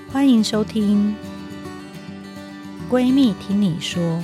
欢迎收听闺蜜听你说。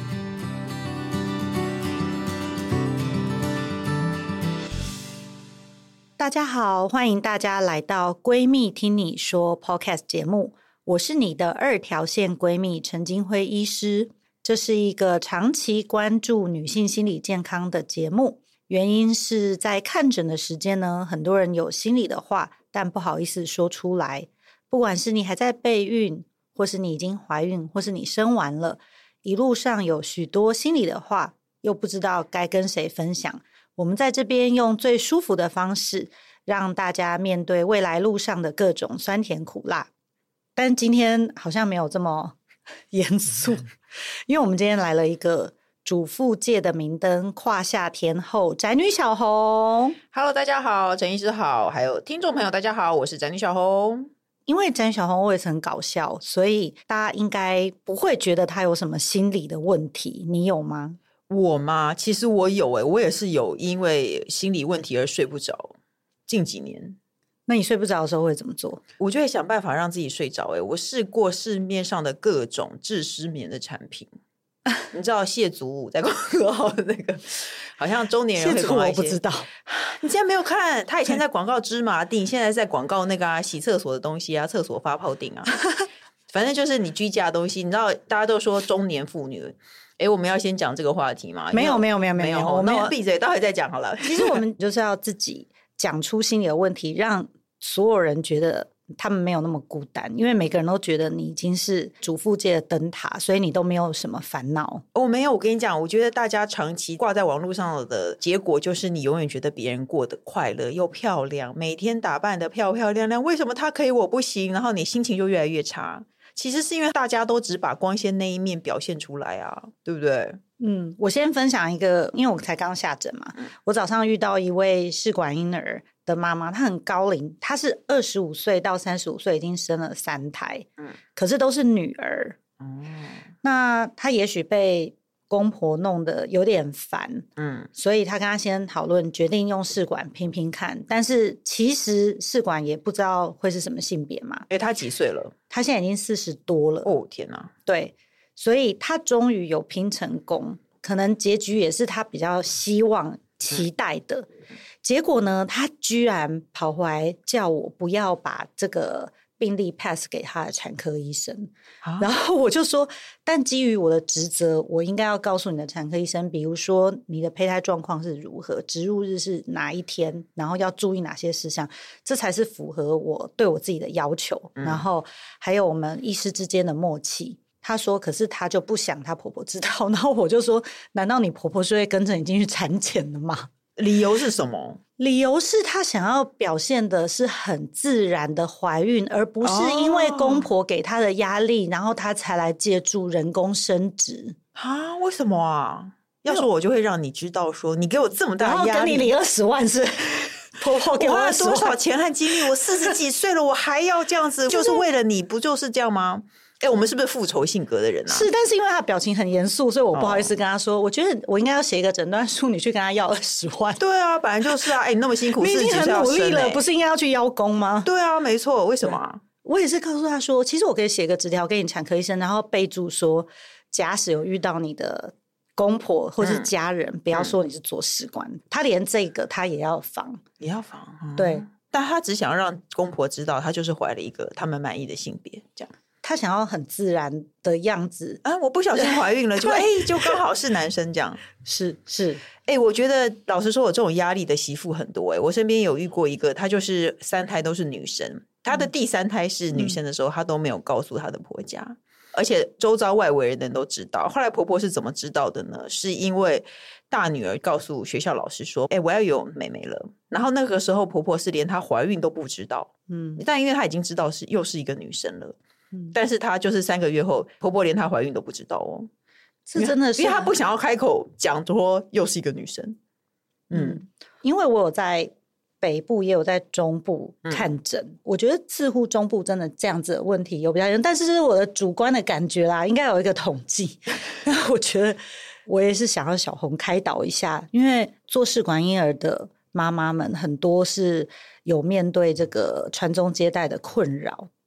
大家好，欢迎大家来到闺蜜听你说 Podcast 节目，我是你的二条线闺蜜陈金辉医师。这是一个长期关注女性心理健康的节目，原因是在看诊的时间呢，很多人有心里的话，但不好意思说出来。不管是你还在备孕，或是你已经怀孕，或是你生完了，一路上有许多心里的话，又不知道该跟谁分享。我们在这边用最舒服的方式，让大家面对未来路上的各种酸甜苦辣。但今天好像没有这么严肃，因为我们今天来了一个主妇界的明灯，胯下天后宅女小红。 Hello， 大家好，陈医师好，还有听众朋友大家好，我是宅女小红。 因为宅女小红我也是很搞笑，所以大家应该不会觉得她有什么心理的问题，你有吗？ 我吗？其实我有我也是有因为心理问题而睡不着，近几年。 那你睡不着的时候会怎么做？ 我就会想办法让自己睡着。我试过市面上的各种治失眠的产品，你知道谢祖武在广告的那个，好像中年人会广告一些。 我不知道， 你竟然没有看？他以前在广告芝麻锭，现在在广告那个洗厕所的东西啊，厕所发泡锭啊，反正就是你居家的东西。你知道大家都说中年妇女。我们要先讲这个话题吗？ 没有，我们闭嘴，待会再讲好了。 其实我们就是要自己讲出心里的问题，让所有人觉得他们没有那么孤单，因为每个人都觉得你已经是主妇界的灯塔，所以你都没有什么烦恼。 没有，我跟你讲，我觉得大家长期挂在网络上的结果就是你永远觉得别人过得快乐又漂亮，每天打扮得漂漂亮亮，为什么他可以我不行？然后你心情就越来越差。其实是因为大家都只把光鲜那一面表现出来啊，对不对？ 我先分享一个，因为我才刚下诊嘛，我早上遇到一位试管婴儿的妈妈，她很高龄，她是25岁到35岁，已经生了3胎，可是都是女儿。那她也许被公婆弄得有点烦，所以她跟她先讨论，决定用试管拼拼看。但是其实试管也不知道会是什么性别嘛。 她几岁了？ 她现在已经40多了。 天哪！ 对，所以她终于有拼成功，可能结局也是她比较希望期待的。结果呢，她居然跑回来叫我不要把这个病例 pass 给他的产科医生，然后我就说，但基于我的职责，我应该要告诉你的产科医生，比如说你的胚胎状况是如何，植入日是哪一天，然后要注意哪些事项，这才是符合我对我自己的要求，然后还有我们医师之间的默契。她说可是她就不想她婆婆知道，然后我就说难道你婆婆是会跟着你进去产检的吗？ 理由是什么？ 理由是她想要表现的是很自然的怀孕，而不是因为公婆给她的压力，然后她才来借助人工生殖。 为什么啊？要是我就会让你知道说你给我这么大的压力， 然后跟你领20万是婆婆给我花了 20万多少钱和精力，我40几岁了我还要这样子，就是为了你，不就是这样吗？我们是不是复仇性格的人啊？ 是，但是因为他表情很严肃，所以我不好意思跟他说，我觉得我应该要写一个诊断书，你去跟他要20万。 对啊，本来就是啊，你那么辛苦， 你已经很努力了，不是应该要去邀功吗？ 对啊，没错，为什么啊？ 我也是告诉他说，其实我可以写个纸条给你产科医生，然后备注说，假使有遇到你的公婆或是家人，不要说你是做试管，他连这个他也要防，对。 但他只想要让公婆知道，他就是怀了一个他们满意的性别，这样。 他想要很自然的样子我不小心怀孕了，就刚好是男生这样。 是， 我觉得老实说，我这种压力的媳妇很多。我身边有遇过一个，她就是3胎都是女生，她的第3胎是女生的时候，她都没有告诉她的婆家，而且周遭外围人都知道。后来婆婆是怎么知道的呢？是因为大女儿告诉学校老师说我要有妹妹了，然后那个时候婆婆是连她怀孕都不知道，但因为她已经知道又是一个女生了，但是她就是3个月后，婆婆连她怀孕都不知道哦。 这真的是因为她不想要开口讲说又是一个女生。 因为我有在北部也有在中部看诊，我觉得似乎中部真的这样子的问题有比较严，但是这是我的主观的感觉啦，应该有一个统计。我觉得我也是想要小红开导一下，因为做试管婴儿的妈妈们很多是有面对这个传宗接代的困扰，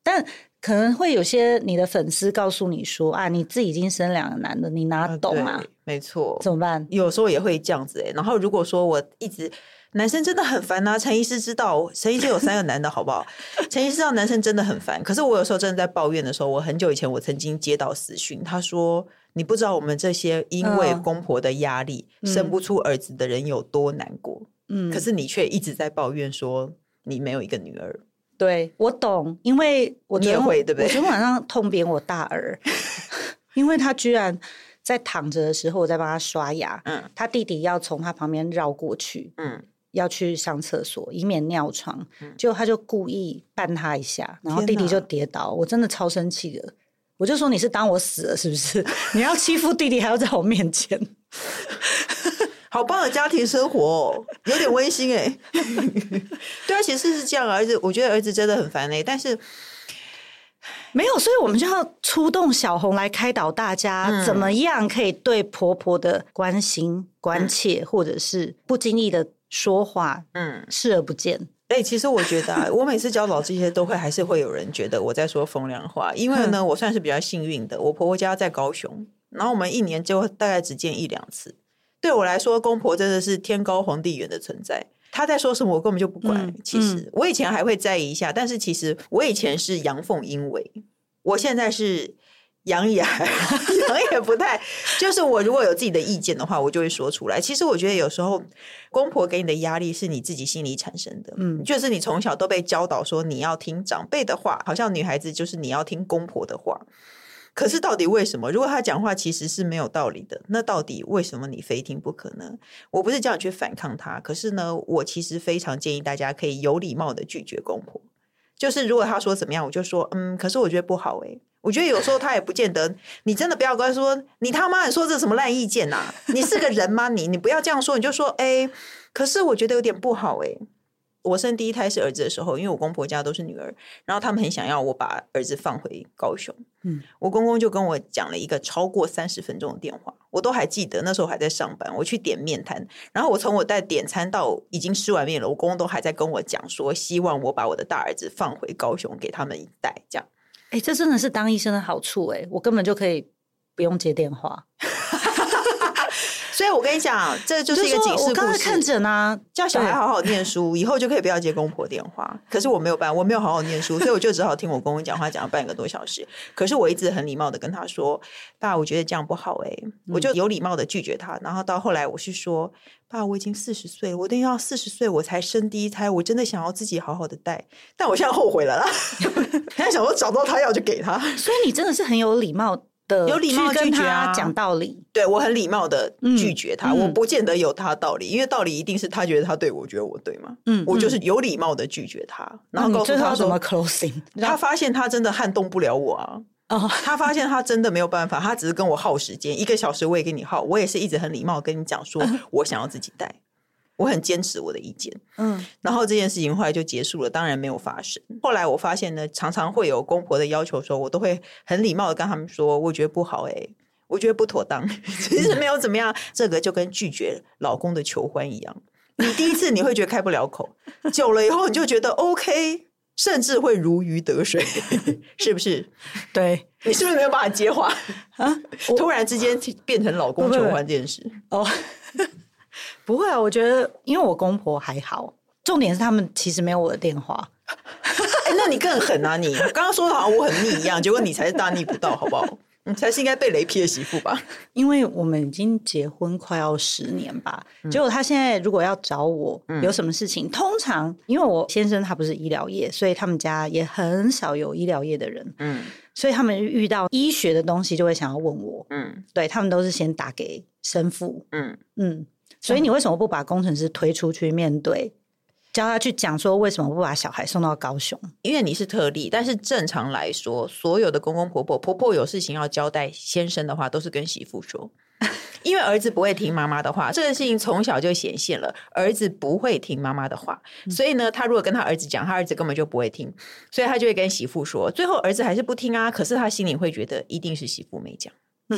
但可能会有些你的粉丝告诉你说啊，你自己已经生2个男的，你哪懂啊？ 没错， 怎么办？ 有时候也会这样子然后如果说我一直男生真的很烦啊，陈医师知道，陈医师有3个男的好不好？陈医师知道男生真的很烦，可是我有时候真的在抱怨的时候，我很久以前我曾经接到私讯，他说你不知道我们这些因为公婆的压力生不出儿子的人有多难过，可是你却一直在抱怨说你没有一个女儿。 对，我懂，因为你也会对不对？ 我昨天晚上痛扁我大儿，因为他居然在躺着的时候，我在帮他刷牙，他弟弟要从他旁边绕过去，要去上厕所，以免尿床，结果他就故意绊他一下，然后弟弟就跌倒，我真的超生气的，我就说你是当我死了是不是？你要欺负弟弟还要在我面前。 好棒的家庭生活哦，有点温馨对啊，其实是这样，儿子，我觉得儿子真的很烦但是没有，所以我们就要出动小红来开导大家，怎么样可以对婆婆的关心、关切，或者是不经意的说话，视而不见。 其实我觉得我每次教导这些都会还是会有人觉得我在说风凉话，因为呢，我算是比较幸运的，我婆婆家在高雄，然后我们1年就大概只见1-2次。对我来说，公婆真的是天高皇帝远的存在。他在说什么，我根本就不管。其实我以前还会在意一下，但是其实我以前是阳奉阴违，我现在是阳也不太。就是我如果有自己的意见的话，我就会说出来。其实我觉得有时候公婆给你的压力是你自己心里产生的，就是你从小都被教导说你要听长辈的话，好像女孩子就是你要听公婆的话。可是到底为什么？如果他讲话其实是没有道理的，那到底为什么你非听不可呢？我不是叫你去反抗他，可是呢，我其实非常建议大家可以有礼貌的拒绝公婆。就是如果他说怎么样，我就说可是我觉得不好我觉得有时候他也不见得，你真的不要跟他说你他妈你说这什么烂意见啊？你是个人吗？你不要这样说，你就说可是我觉得有点不好我生第1胎是儿子的时候，因为我公婆家都是女儿，然后他们很想要我把儿子放回高雄。我公公就跟我讲了一个超过30分钟的电话，我都还记得，那时候我还在上班，我去点面摊，然后我从我在点餐到已经吃完面了，我公公都还在跟我讲说，希望我把我的大儿子放回高雄给他们一带，这样。 这真的是当医生的好处我根本就可以不用接电话。 所以我跟你讲，这就是一个警示故事。 我刚才看诊啊， 叫小孩好好念书，以后就可以不要接公婆电话。可是我没有办法，我没有好好念书，所以我就只好听我公公讲话，讲了半个多小时。可是我一直很礼貌的跟他说：“爸，我觉得这样不好我就有礼貌的拒绝他。然后到后来我是说：“爸，我已经40岁了，我等到40岁我才生第1胎，我真的想要自己好好的带。但我现在后悔了啦，现在想说找到他要就给他。 所以你真的是很有礼貌。” 有礼貌拒绝讲道理， 对，我很礼貌的拒绝他，我不见得有他的道理，因为道理一定是他觉得他对，我觉得我对嘛，我就是有礼貌的拒绝他，然后告诉他说怎么 closing， 他发现他真的撼动不了我啊。他发现他真的没有办法，他只是跟我耗时间1个小时，我也跟你耗，我也是一直很礼貌跟你讲说我想要自己带，我很坚持我的意见，然后这件事情后来就结束了，当然没有发生。后来我发现呢，常常会有公婆的要求的时候，我都会很礼貌的跟他们说，我觉得不好我觉得不妥当，其实没有怎么样。这个就跟拒绝老公的求欢一样，你第一次你会觉得开不了口，久了以后你就觉得 OK， 甚至会如鱼得水，是不是？ 对， 你是不是没有办法接话啊？突然之间变成老公求欢这件事不会啊，我觉得因为我公婆还好，重点是他们其实没有我的电话。 那你更狠啊！你刚刚说的好像我很逆一样，结果你才是大逆不道，好不好？你才是应该被雷劈的媳妇吧？ 因为我们已经结婚快要10年吧，结果他现在如果要找我有什么事情，通常因为我先生他不是医疗业，所以他们家也很少有医疗业的人，所以他们遇到医学的东西就会想要问我，对，他们都是先打给生父，所以你为什么不把工程师推出去面对，教他去讲说为什么不把小孩送到高雄？ 因为你是特例，但是正常来说，所有的公公婆婆、婆婆有事情要交代先生的话，都是跟媳妇说。因为儿子不会听妈妈的话，这个事情从小就显现了，儿子不会听妈妈的话，所以呢，他如果跟他儿子讲，他儿子根本就不会听，所以他就会跟媳妇说，最后儿子还是不听啊，可是他心里会觉得一定是媳妇没讲。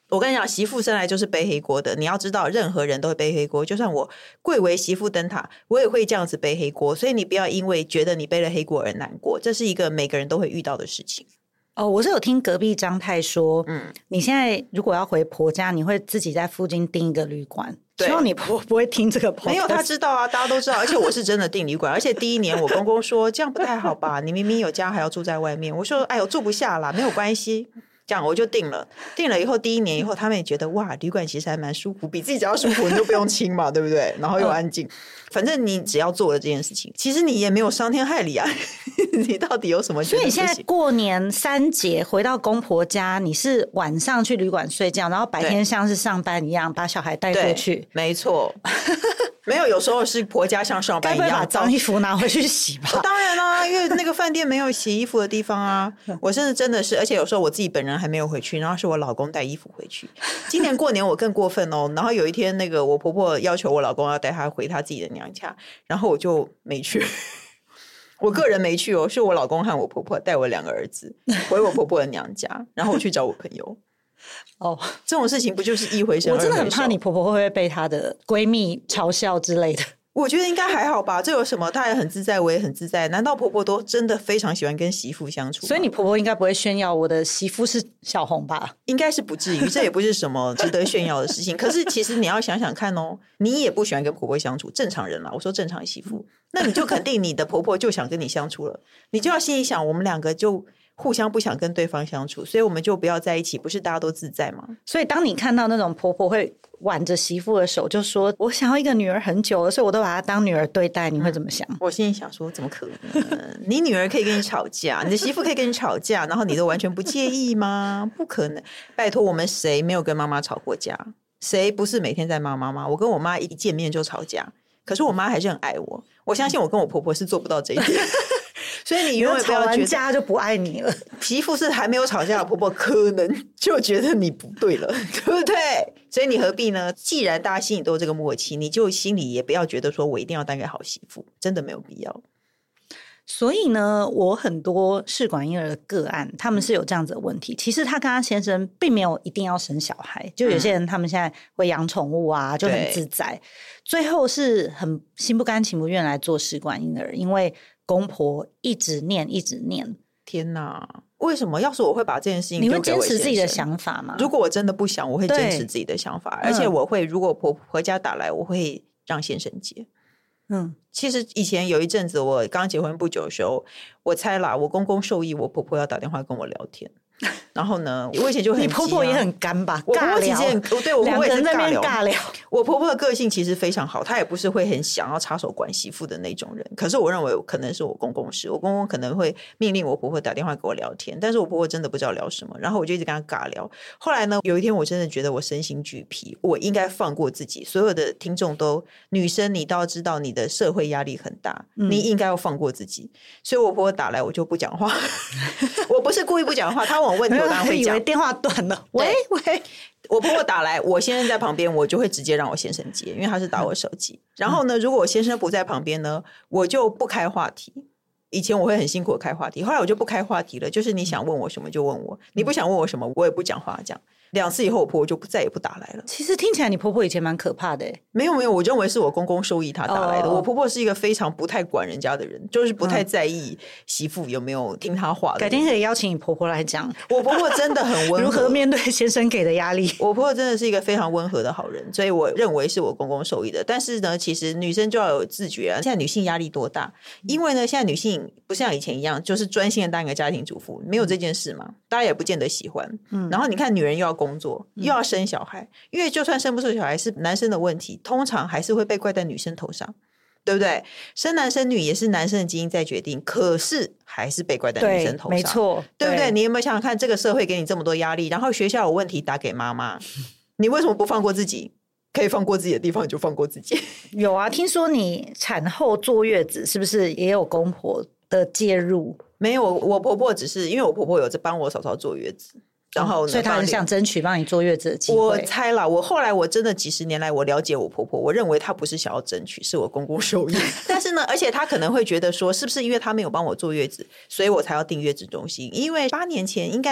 我跟你讲，媳妇生来就是背黑锅的。你要知道，任何人都会背黑锅，就算我贵为媳妇灯塔，我也会这样子背黑锅。所以你不要因为觉得你背了黑锅而难过，这是一个每个人都会遇到的事情。 哦，我是有听隔壁张太说，你现在如果要回婆家，你会自己在附近订一个旅馆。希望你婆不会听这个 podcast。 没有，他知道啊，大家都知道。而且我是真的订旅馆，而且第一年我公公说这样不太好吧，你明明有家还要住在外面。我说哎呦住不下啦，没有关系。这样我就定了以后第一年以后他们也觉得哇旅馆其实还蛮舒服，比自己家舒服，你就不用亲嘛对不对，然后又安静反正你只要做了这件事情，其实你也没有伤天害理啊你到底有什么觉得不行？ 所以你现在过年3节回到公婆家，你是晚上去旅馆睡觉，然后白天像是上班一样把小孩带过去？ 没错没有，有时候是婆家像上班一样，该不会把脏衣服拿回去洗吧？ 当然啦，因为那个饭店没有洗衣服的地方啊。我真的是，而且有时候我自己本人还没有回去，然后是我老公带衣服回去。今年过年我更过分哦，然后有一天那个我婆婆要求我老公要带她回她自己的娘家，然后我就没去。我个人没去哦，是我老公和我婆婆带我2个儿子回我婆婆的娘家，然后我去找我朋友。哦，这种事情不就是一回生二回熟？ 我真的很怕你婆婆会不会被她的闺蜜嘲笑之类的。 我觉得应该还好吧，这有什么？她也很自在，我也很自在。难道婆婆都真的非常喜欢跟媳妇相处吗？ 所以你婆婆应该不会炫耀我的媳妇是小红吧？ 应该是不至于，这也不是什么值得炫耀的事情。可是其实你要想想看哦，你也不喜欢跟婆婆相处，正常人啦，我说正常媳妇，那你就肯定你的婆婆就想跟你相处了，你就要心里想，我们2个就互相不想跟对方相处，所以我们就不要在一起，不是大家都自在吗？ 所以当你看到那种婆婆会挽着媳妇的手就说我想要一个女儿很久了，所以我都把她当女儿对待，你会怎么想？ 我心里想说怎么可能你女儿可以跟你吵架，你的媳妇可以跟你吵架，然后你都完全不介意吗？不可能，拜托，我们谁没有跟妈妈吵过架？谁不是每天在骂妈妈？我跟我妈一见面就吵架，可是我妈还是很爱我，我相信我跟我婆婆是做不到这一点所以你永远不要觉得吵完架就不爱你了。 媳妇是还没有吵架的婆婆可能就觉得你不对了，对不对？所以你何必呢？既然大家心里都有这个默契，你就心里也不要觉得说我一定要当个好媳妇，真的没有必要。 所以呢，我很多试管婴儿的个案，他们是有这样子的问题。其实他跟他先生并没有一定要生小孩，就有些人他们现在会养宠物啊，就很自在。最后是很心不甘情不愿来做试管婴儿，因为公婆一直念。 天哪，为什么？要是我会把这件事情， 你会坚持自己的想法吗？ 如果我真的不想，我会坚持自己的想法，而且我会，如果婆家打来，我会让先生接。其实以前有一阵子我刚结婚不久的时候，我猜啦，我公公受益，我婆婆要打电话跟我聊天。然后呢，我以前就很急啊， 你婆婆也很干吧？ 我婆婆其实对我婆婆也是尬聊。 我婆婆的个性其实非常好，她也不是会很想要插手管媳妇的那种人。可是我认为可能是我公公是，我公公可能会命令我婆婆打电话给我聊天，但是我婆婆真的不知道聊什么，然后我就一直跟她尬聊。后来呢，有一天我真的觉得我身心俱疲，我应该放过自己。所有的听众都，女生你都要知道你的社会压力很大，你应该要放过自己。所以我婆婆打来我就不讲话我不是故意不讲话，她问我问题我当然会讲。 以为电话断了，喂， 我婆婆打来，我先生在旁边，我就会直接让我先生接，因为他是打我手机。然后呢，如果我先生不在旁边呢，我就不开话题。以前我会很辛苦的开话题，后来我就不开话题了，就是你想问我什么就问我，你不想问我什么我也不讲话。这样2次以后，我婆婆就再也不打来了。 其实听起来你婆婆以前蛮可怕的。 没有，我认为是我公公受益她打来的。我婆婆是一个非常不太管人家的人，就是不太在意媳妇有没有听她话的。 改天可以邀请你婆婆来讲， 我婆婆真的很温和， 如何面对先生给的压力。 我婆婆真的是一个非常温和的好人，所以我认为是我公公受益的。但是呢，其实女生就要有自觉啊。现在女性压力多大？因为呢，现在女性不像以前一样，就是专心的当一个家庭主妇，没有这件事嘛，大家也不见得喜欢。然后你看，女人又要工作，又要生小孩，因为就算生不出小孩是男生的问题，通常还是会被怪在女生头上，对不对？生男生女也是男生的基因在决定，可是还是被怪在女生头上， 没错， 对不对？你有没有想想看，这个社会给你这么多压力，然后学校有问题打给妈妈，你为什么不放过自己？可以放过自己的地方你就放过自己。 有啊，听说你产后坐月子是不是也有公婆的介入？ 没有，我婆婆只是因为我婆婆有在帮我嫂嫂坐月子，然后所以她很想争取帮你坐月子的机会。 我猜啦，后来我真的几十年来我了解我婆婆，我认为她不是想要争取，是我公公受益。但是呢，而且她可能会觉得说，是不是因为她没有帮我坐月子，所以我才要订月子中心？因为8年前应该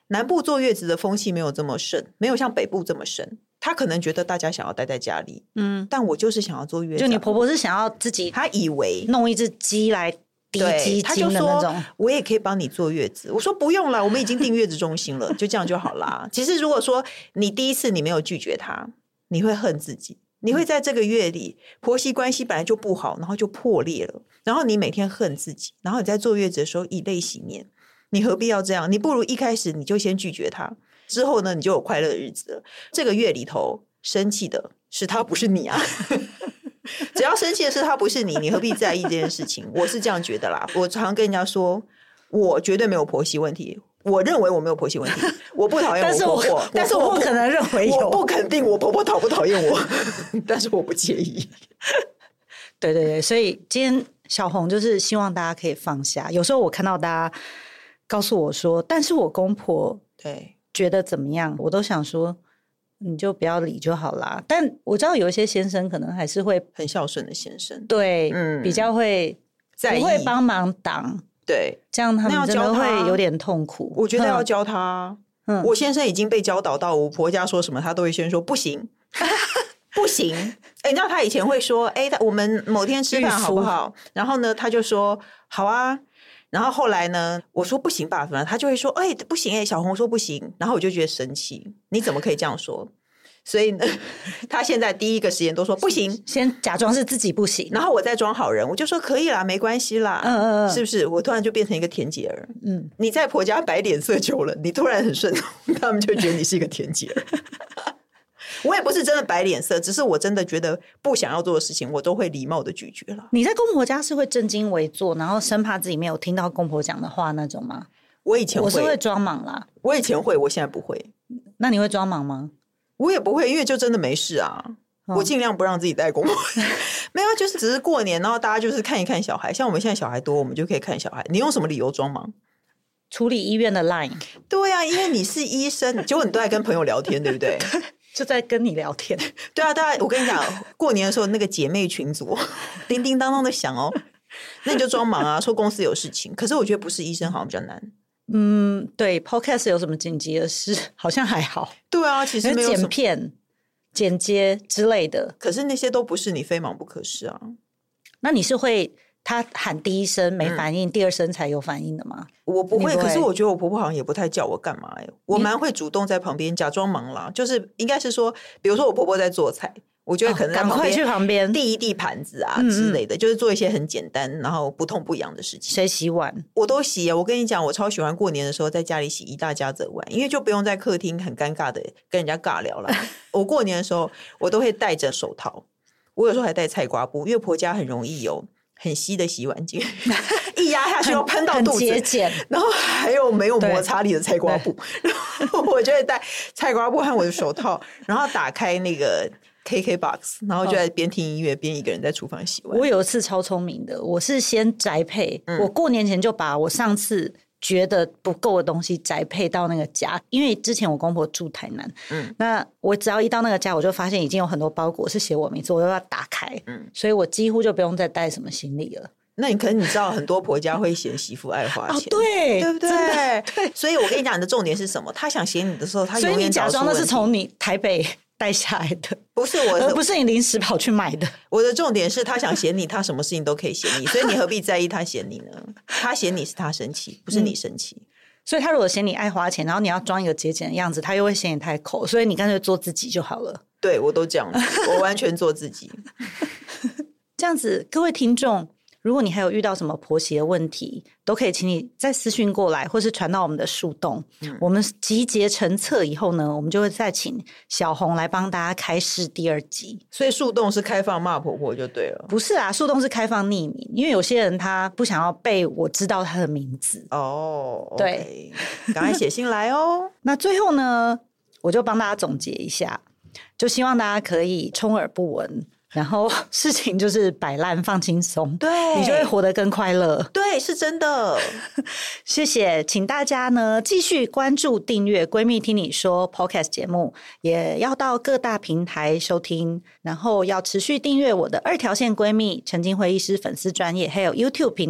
南部坐月子的风气没有这么盛，没有像北部这么盛。她可能觉得大家想要待在家里，但我就是想要坐月子。 就你婆婆是想要自己， 她以为弄一只鸡来滴鸡精的那种， 我也可以帮你坐月子。我说不用了，我们已经订月子中心了，就这样就好啦。其实如果说你第一次你没有拒绝她，你会恨自己，你会在这个月里婆媳关系本来就不好，然后就破裂了，然后你每天恨自己，然后你在坐月子的时候以泪洗面，你何必要这样？你不如一开始你就先拒绝她，之后呢你就有快乐的日子了。这个月里头生气的是他，不是你啊。只要生气的是他，不是你，你何必在意这件事情？我是这样觉得啦。我常跟人家说，我绝对没有婆媳问题，我认为我没有婆媳问题，我不讨厌我婆婆，但是我不可能认为有， 我不肯定我婆婆讨不讨厌我，但是我不介意。 对对对，所以今天小红就是希望大家可以放下。有时候我看到大家告诉我说，但是我公婆对觉得怎么样，我都想说你就不要理就好啦。但我知道有一些先生可能还是会很孝顺的先生， 对，比较会不会帮忙挡， 对， 这样他们真的会有点痛苦。 我觉得要教他。我先生已经被教导到，我婆家说什么他都会先说不行。不行，你知道他以前会说我们某天吃饭好不好，然后呢他就说好啊，然后后来呢我说不行吧，反正他就会说不行小红说不行，然后我就觉得生气，你怎么可以这样说？所以呢他现在第一个时间都说不行， 先假装是自己不行， 然后我再装好人，我就说可以啦，没关系啦，是不是？我突然就变成一个甜姐儿。你在婆家摆脸色久了，你突然很顺从，他们就觉得你是一个甜姐儿。我也不是真的摆脸色，只是我真的觉得不想要做的事情我都会礼貌的拒绝了。 你在公婆家是会正襟危坐，然后生怕自己没有听到公婆讲的话那种吗？ 我以前会， 我是会装忙啦。 我以前会，我现在不会。 那你会装忙吗？ 我也不会，因为就真的没事啊。我尽量不让自己带公婆。没有，就是只是过年，然后大家就是看一看小孩，像我们现在小孩多，我们就可以看小孩。你用什么理由装忙？ 处理医院的 line。 对啊，因为你是医生，结果你都在跟朋友聊天，对不对？ 就在跟你聊天。 对啊，大家我跟你讲，过年的时候那个姐妹群组叮叮当当的响哦，那你就装忙啊，说公司有事情。可是我觉得不是医生好像比较难。 对 Podcast 有什么紧急的事好像还好。 对啊，其实没有什么剪片剪接之类的， 可是那些都不是你非忙不可事啊。 那你是会他喊第一声没反应，第二声才有反应的吗？ 我不会，可是我觉得我婆婆好像也不太叫我干嘛我蛮会主动在旁边假装忙啦，就是应该是说，比如说我婆婆在做菜，我就会可能赶快去旁边递一递盘子啊之类的，就是做一些很简单然后不痛不痒的事情。 谁洗碗？ 我都洗啊！我跟你讲，我超喜欢过年的时候在家里洗一大家子碗，因为就不用在客厅很尴尬的跟人家尬聊了。我过年的时候我都会戴着手套，我有时候还戴菜瓜布，因为婆家很容易有很稀的洗碗精一压下去要喷到肚子，然后还有没有摩擦力的菜瓜布，然后我就会戴菜瓜布和我的手套，然后打开那个 KKBOX， 然后就在边听音乐边一个人在厨房洗碗。 我有一次超聪明的，我是先宅配，我过年前就把我上次觉得不够的东西宅配到那个家，因为之前我公婆住台南，那我只要一到那个家，我就发现已经有很多包裹是写我名字，我都要打开，所以我几乎就不用再带什么行李了。 那你可能你知道很多婆家会嫌媳妇爱花钱， 对， 对不对？对，所以我跟你讲，你的重点是什么？他想嫌你的时候，他永远找出问题。 所以你假装的是从你台北带下来的， 不是我， 而不是你临时跑去买的。 我的重点是他想嫌你，他什么事情都可以嫌你，所以你何必在意他嫌你呢？他嫌你是他生气，不是你生气。 所以他如果嫌你爱花钱，然后你要装一个节俭的样子，他又会嫌你太抠，所以你干脆做自己就好了。 对，我都这样子，我完全做自己。 这样子，各位听众，如果你还有遇到什么婆媳的问题，都可以请你再私讯过来，或是传到我们的树洞。我们集结成册以后呢，我们就会再请小红来帮大家开示第2集。 所以树洞是开放骂婆婆就对了？ 不是啊，树洞是开放匿名，因为有些人他不想要被我知道他的名字。 哦， 对， 赶快写信来哦。 那最后呢，我就帮大家总结一下，就希望大家可以充耳不闻。然后事情就是摆烂放轻松， 对， 你就会活得更快乐。 对，是真的。 谢谢，请大家呢继续关注订阅闺蜜听你说 Podcast 节目，也要到各大平台收听，然后要持续订阅我的2条线闺蜜陈菁徽医师粉丝专页，还有 YouTube 频道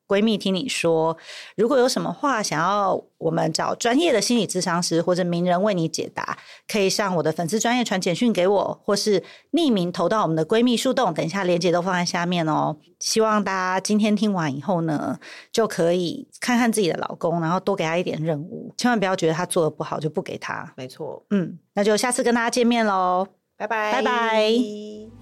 闺蜜听你说，如果有什么话想要我们找专业的心理咨商师或者名人为你解答，可以上我的粉丝专页传简讯给我，或是匿名投到我们的闺蜜树洞，等一下链接都放在下面哦。希望大家今天听完以后呢，就可以看看自己的老公，然后多给他一点任务，千万不要觉得他做的不好就不给他。 没错， 那就下次跟大家见面咯， 拜拜， 拜拜。